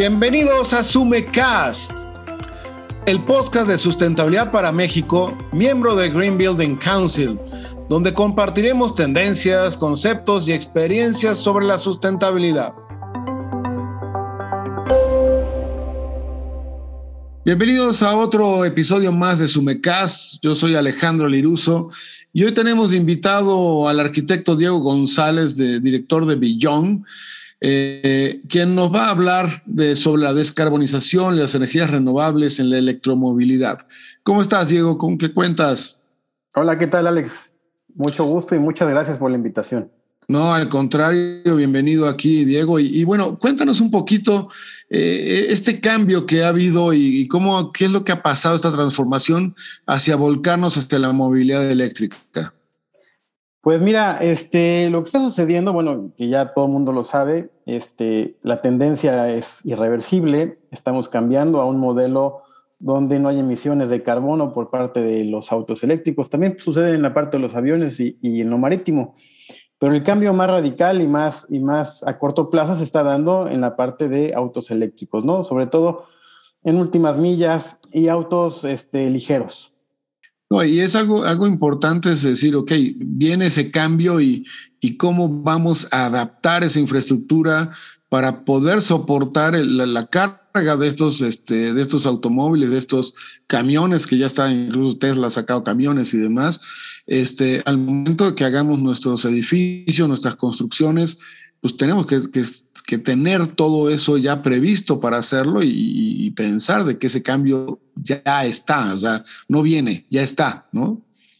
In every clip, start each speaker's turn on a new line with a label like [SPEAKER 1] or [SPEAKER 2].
[SPEAKER 1] Bienvenidos a Sumecast, el podcast de sustentabilidad para México, miembro de Green Building Council, donde compartiremos tendencias, conceptos y experiencias sobre la sustentabilidad. Bienvenidos a otro episodio más de Sumecast. Yo soy Alejandro Liruso y hoy tenemos invitado al arquitecto Diego González, director de Beyond, quien nos va a hablar sobre la descarbonización y las energías renovables en la electromovilidad. ¿Cómo estás, Diego? ¿Con qué cuentas?
[SPEAKER 2] Hola, ¿qué tal, Alex? Mucho gusto y muchas gracias por la invitación.
[SPEAKER 1] No, al contrario, bienvenido aquí, Diego. Y bueno, cuéntanos un poquito este cambio que ha habido y qué es lo que ha pasado, esta transformación hacia volcarnos hacia la movilidad eléctrica.
[SPEAKER 2] Pues mira, lo que está sucediendo, bueno, que ya todo el mundo lo sabe, la tendencia es irreversible. Estamos cambiando a un modelo donde no hay emisiones de carbono por parte de los autos eléctricos. También sucede en la parte de los aviones y en lo marítimo. Pero el cambio más radical y más a corto plazo se está dando en la parte de autos eléctricos, ¿no? Sobre todo en últimas millas y autos ligeros.
[SPEAKER 1] No, y es algo importante, es decir, ok, viene ese cambio y cómo vamos a adaptar esa infraestructura para poder soportar la carga de estos automóviles, de estos camiones que ya están, incluso Tesla ha sacado camiones y demás, al momento de que hagamos nuestros edificios, nuestras construcciones, pues tenemos que tener todo eso ya previsto para hacerlo y pensar de que ese cambio ya está, o sea, no viene, ya está, ¿no?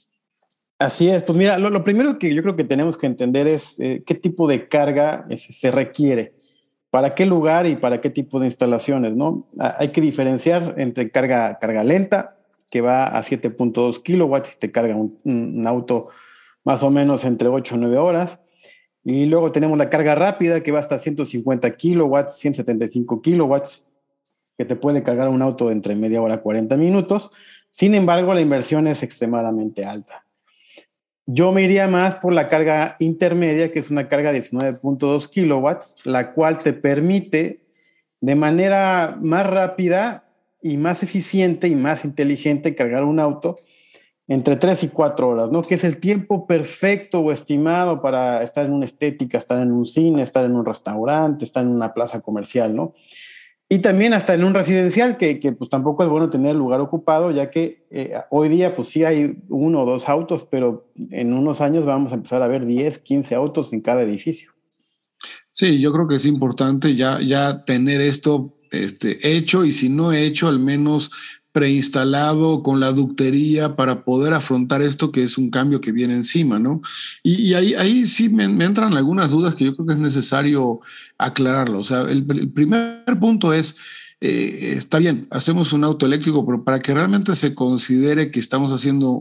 [SPEAKER 2] Así es, pues mira, lo primero que yo creo que tenemos que entender es qué tipo de carga se requiere, para qué lugar y para qué tipo de instalaciones, ¿no? Hay que diferenciar entre carga lenta, que va a 7.2 kilowatts y te carga un auto más o menos entre 8 o 9 horas. Y luego tenemos la carga rápida, que va hasta 150 kilowatts, 175 kilowatts, que te puede cargar un auto de entre media hora a 40 minutos. Sin embargo, la inversión es extremadamente alta. Yo me iría más por la carga intermedia, que es una carga de 19.2 kilowatts, la cual te permite de manera más rápida y más eficiente y más inteligente cargar un auto entre 3 y 4 horas, ¿no? Que es el tiempo perfecto o estimado para estar en una estética, estar en un cine, estar en un restaurante, estar en una plaza comercial, ¿no? Y también hasta en un residencial, que pues tampoco es bueno tener el lugar ocupado, ya que hoy día pues sí hay 1 o 2 autos, pero en unos años vamos a empezar a ver 10, 15 autos en cada edificio.
[SPEAKER 1] Sí, yo creo que es importante ya tener esto hecho, y si no hecho, al menos preinstalado con la ductería para poder afrontar esto, que es un cambio que viene encima, ¿no? Y ahí sí me entran algunas dudas que yo creo que es necesario aclararlo. O sea, el primer punto es, está bien, hacemos un auto eléctrico, pero para que realmente se considere que estamos haciendo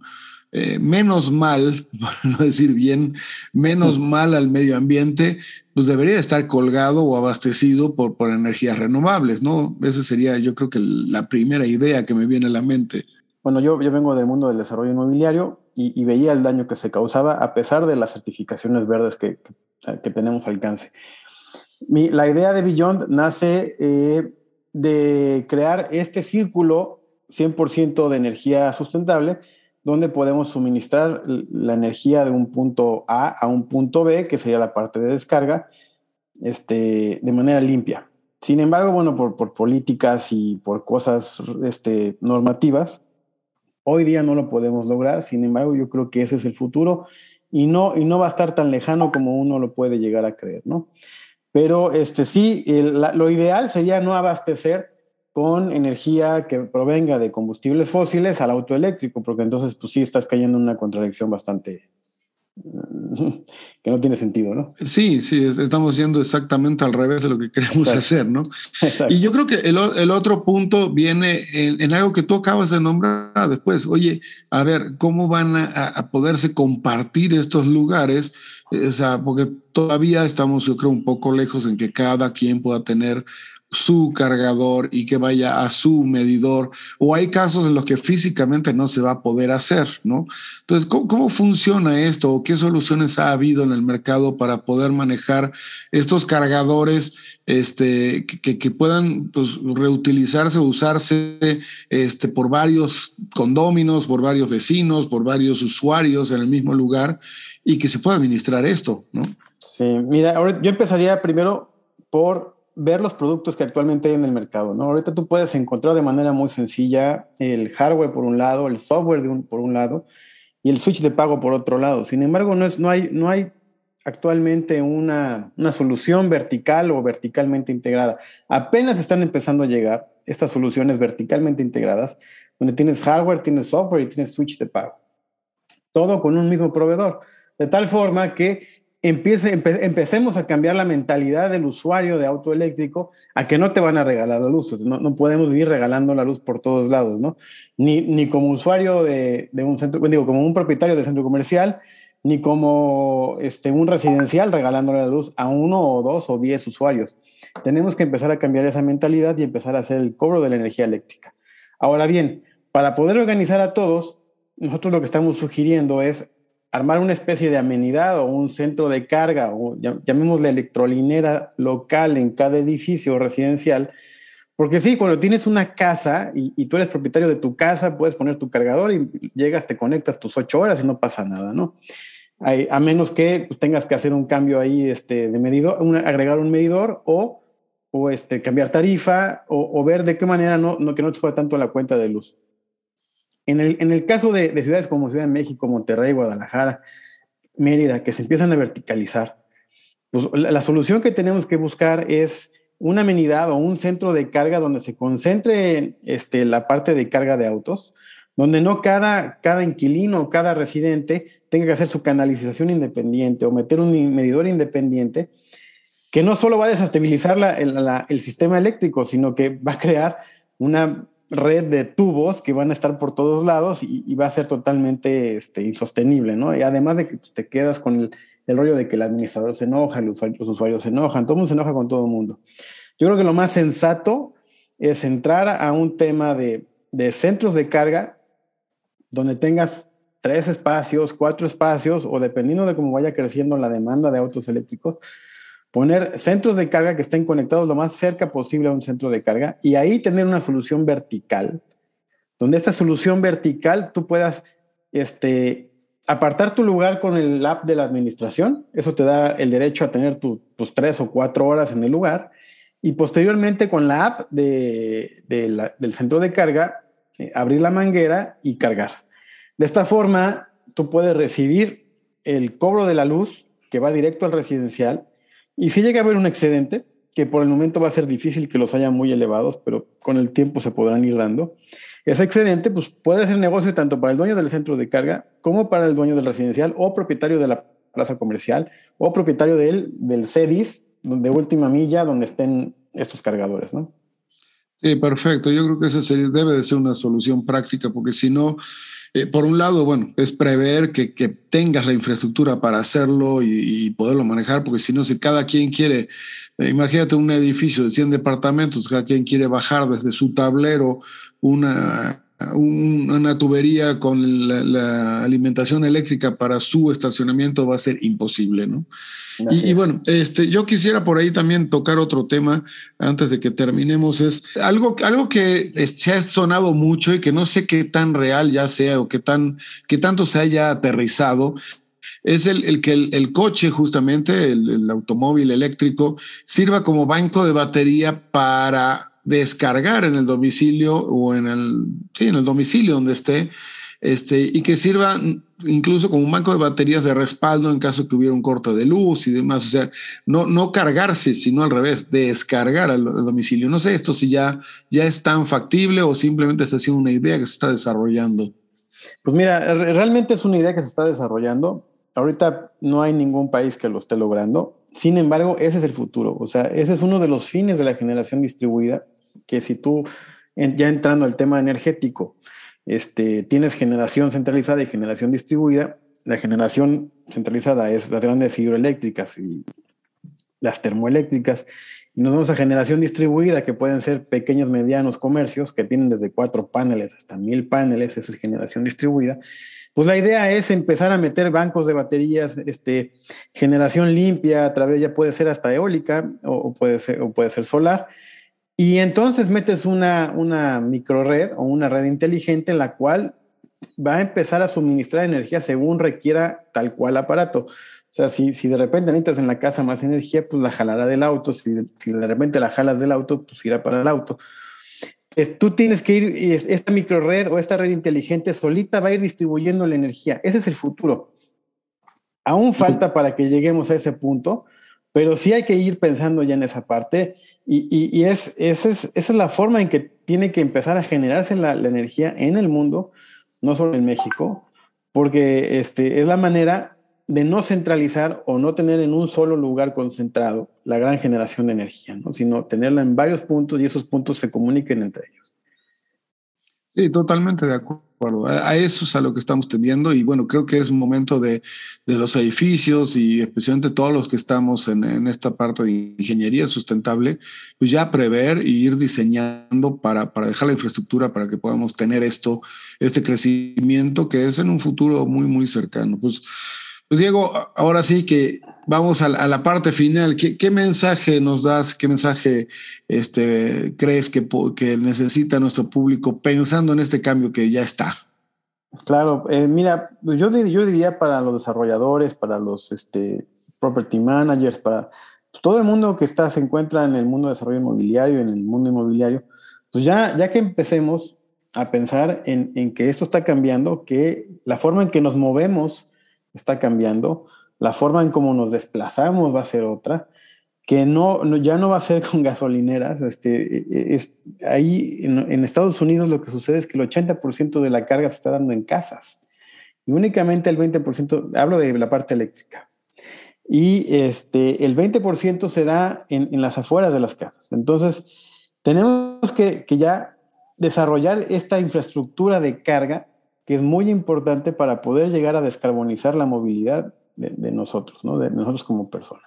[SPEAKER 1] menos mal, para no decir bien, menos mal al medio ambiente, pues debería estar colgado o abastecido por energías renovables, ¿no? Esa sería, yo creo que la primera idea que me viene a la mente.
[SPEAKER 2] Bueno, yo vengo del mundo del desarrollo inmobiliario y veía el daño que se causaba a pesar de las certificaciones verdes que tenemos al alcance. La idea de Beyond nace de crear este círculo 100% de energía sustentable, donde podemos suministrar la energía de un punto A a un punto B, que sería la parte de descarga, de manera limpia. Sin embargo, bueno, por políticas y por cosas normativas, hoy día no lo podemos lograr. Sin embargo, yo creo que ese es el futuro y no va a estar tan lejano como uno lo puede llegar a creer, ¿no? Pero sí, lo ideal sería no abastecer con energía que provenga de combustibles fósiles al auto eléctrico, porque entonces pues sí estás cayendo en una contradicción bastante que no tiene sentido, ¿no?
[SPEAKER 1] Sí, estamos yendo exactamente al revés de lo que queremos hacer, ¿no?
[SPEAKER 2] Exacto.
[SPEAKER 1] Y yo creo que el otro punto viene en algo que tú acabas de nombrar después. Oye, a ver, ¿cómo van a poderse compartir estos lugares? O sea, porque todavía estamos, yo creo, un poco lejos en que cada quien pueda tener su cargador y que vaya a su medidor, o hay casos en los que físicamente no se va a poder hacer, ¿no? Entonces, ¿cómo funciona esto? ¿O qué soluciones ha habido en el mercado para poder manejar estos cargadores que puedan pues, reutilizarse o usarse por varios condóminos, por varios vecinos, por varios usuarios en el mismo lugar y que se pueda administrar esto, ¿no?
[SPEAKER 2] Sí, mira, ahora yo empezaría primero por ver los productos que actualmente hay en el mercado, ¿no? Ahorita tú puedes encontrar de manera muy sencilla el hardware por un lado, el software por un lado y el switch de pago por otro lado. Sin embargo, no hay actualmente una solución vertical o verticalmente integrada. Apenas están empezando a llegar estas soluciones verticalmente integradas, donde tienes hardware, tienes software y tienes switch de pago. Todo con un mismo proveedor. De tal forma que empecemos a cambiar la mentalidad del usuario de auto eléctrico a que no te van a regalar la luz. No podemos vivir regalando la luz por todos lados, ¿no? Ni como usuario de un centro, digo, como un propietario de centro comercial, ni como un residencial regalándole la luz a 1 o 2 o 10 usuarios. Tenemos que empezar a cambiar esa mentalidad y empezar a hacer el cobro de la energía eléctrica. Ahora bien, para poder organizar a todos, nosotros lo que estamos sugiriendo es armar una especie de amenidad o un centro de carga, o llamémosle electrolinera local en cada edificio residencial, porque sí, cuando tienes una casa y tú eres propietario de tu casa, puedes poner tu cargador y llegas, te conectas tus 8 horas y no pasa nada, ¿no? A menos que tengas que hacer un cambio ahí de medidor, agregar un medidor o cambiar tarifa o ver de qué manera que no te fuera tanto la cuenta de luz. En el caso de ciudades como Ciudad de México, Monterrey, Guadalajara, Mérida, que se empiezan a verticalizar, pues la solución que tenemos que buscar es una amenidad o un centro de carga donde se concentre la parte de carga de autos, donde no cada inquilino, cada residente tenga que hacer su canalización independiente o meter un medidor independiente, que no solo va a desestabilizar el sistema eléctrico, sino que va a crear una red de tubos que van a estar por todos lados y va a ser totalmente insostenible, ¿no? Y además de que te quedas con el rollo de que el administrador se enoja, los usuarios se enojan, todo el mundo se enoja con todo el mundo. Yo creo que lo más sensato es entrar a un tema de centros de carga donde tengas 3 espacios, 4 espacios, o dependiendo de cómo vaya creciendo la demanda de autos eléctricos, poner centros de carga que estén conectados lo más cerca posible a un centro de carga y ahí tener una solución vertical, donde esta solución vertical tú puedas apartar tu lugar con el app de la administración. Eso te da el derecho a tener tus 3 o 4 horas en el lugar y posteriormente con la app del centro de carga, abrir la manguera y cargar. De esta forma, tú puedes recibir el cobro de la luz que va directo al residencial. Y si llega a haber un excedente, que por el momento va a ser difícil que los haya muy elevados, pero con el tiempo se podrán ir dando, ese excedente pues, puede ser negocio tanto para el dueño del centro de carga como para el dueño del residencial o propietario de la plaza comercial o propietario del CEDIS, de última milla, donde estén estos cargadores, ¿no?
[SPEAKER 1] Sí, perfecto. Yo creo que esa debe de ser una solución práctica, porque si no, por un lado, bueno, es prever que tengas la infraestructura para hacerlo y poderlo manejar, porque si no, si cada quien quiere, imagínate un edificio de 100 departamentos, cada quien quiere bajar desde su tablero una tubería con la alimentación eléctrica para su estacionamiento, va a ser imposible, ¿no? Y bueno, yo quisiera por ahí también tocar otro tema antes de que terminemos. Es algo que se ha sonado mucho y que no sé qué tan real ya sea o qué tanto se haya aterrizado. Es el que el coche, justamente, el automóvil eléctrico, sirva como banco de batería para descargar en el domicilio o en el domicilio donde esté, y que sirva incluso como un banco de baterías de respaldo en caso que hubiera un corte de luz y demás. O sea, no cargarse, sino al revés, descargar al domicilio. No sé esto si ya es tan factible o simplemente está siendo una idea que se está desarrollando.
[SPEAKER 2] Pues mira, realmente es una idea que se está desarrollando. Ahorita no hay ningún país que lo esté logrando. Sin embargo, ese es el futuro. O sea, ese es uno de los fines de la generación distribuida, que si tú, ya entrando al tema energético, tienes generación centralizada y generación distribuida. La generación centralizada es las grandes hidroeléctricas y las termoeléctricas, y nos vamos a generación distribuida, que pueden ser pequeños, medianos comercios, que tienen desde 4 paneles hasta 1000 paneles, esa es generación distribuida. Pues la idea es empezar a meter bancos de baterías, generación limpia, a través ya puede ser hasta eólica o puede ser solar. Y entonces metes una microred o una red inteligente en la cual va a empezar a suministrar energía según requiera tal cual aparato. O sea, si de repente necesitas en la casa más energía, pues la jalará del auto. Si de repente la jalas del auto, pues irá para el auto. Tú tienes que ir, esta microred o esta red inteligente solita va a ir distribuyendo la energía. Ese es el futuro. Aún falta para que lleguemos a ese punto, pero sí hay que ir pensando ya en esa parte y esa es la forma en que tiene que empezar a generarse la energía en el mundo, no solo en México, porque es la manera de no centralizar o no tener en un solo lugar concentrado la gran generación de energía, ¿no? Sino tenerla en varios puntos y esos puntos se comuniquen entre ellos.
[SPEAKER 1] Sí, totalmente de acuerdo. A eso es a lo que estamos tendiendo y bueno, creo que es un momento de los edificios y especialmente todos los que estamos en esta parte de ingeniería sustentable, pues ya prever y ir diseñando para dejar la infraestructura para que podamos tener este crecimiento que es en un futuro muy, muy cercano. Pues Diego, ahora sí que vamos a la parte final. ¿Qué mensaje nos das? ¿Qué mensaje crees que necesita nuestro público pensando en este cambio que ya está?
[SPEAKER 2] Claro, mira, yo diría para los desarrolladores, para los property managers, para pues, todo el mundo que se encuentra en el mundo de desarrollo inmobiliario, en el mundo inmobiliario, pues ya que empecemos a pensar en que esto está cambiando, que la forma en que nos movemos está cambiando, la forma en cómo nos desplazamos va a ser otra, que ya no va a ser con gasolineras. Ahí en Estados Unidos lo que sucede es que el 80% de la carga se está dando en casas y únicamente el 20%, hablo de la parte eléctrica, y el 20% se da en las afueras de las casas. Entonces, tenemos que ya desarrollar esta infraestructura de carga que es muy importante para poder llegar a descarbonizar la movilidad de nosotros, ¿no? De nosotros como personas.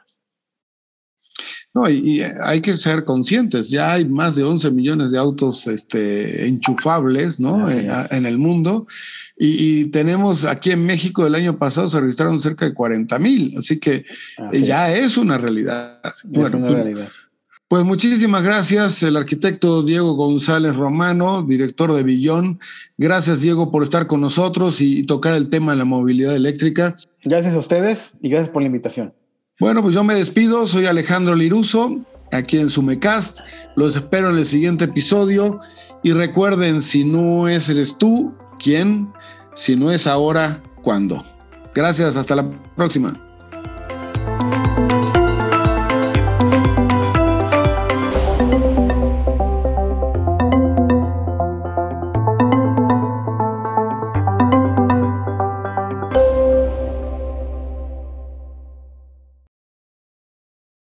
[SPEAKER 1] No, y hay que ser conscientes, ya hay más de 11 millones de autos enchufables, ¿no? En el mundo, y tenemos aquí en México el año pasado se registraron cerca de 40,000, así que ya es una realidad.
[SPEAKER 2] Es una realidad.
[SPEAKER 1] Pues muchísimas gracias, el arquitecto Diego González Romano, director de Billón. Gracias, Diego, por estar con nosotros y tocar el tema de la movilidad eléctrica.
[SPEAKER 2] Gracias a ustedes y gracias por la invitación.
[SPEAKER 1] Bueno, pues yo me despido, soy Alejandro Liruso, aquí en Sumecast. Los espero en el siguiente episodio y recuerden, si no eres tú, ¿quién? Si no es ahora, ¿cuándo? Gracias, hasta la próxima.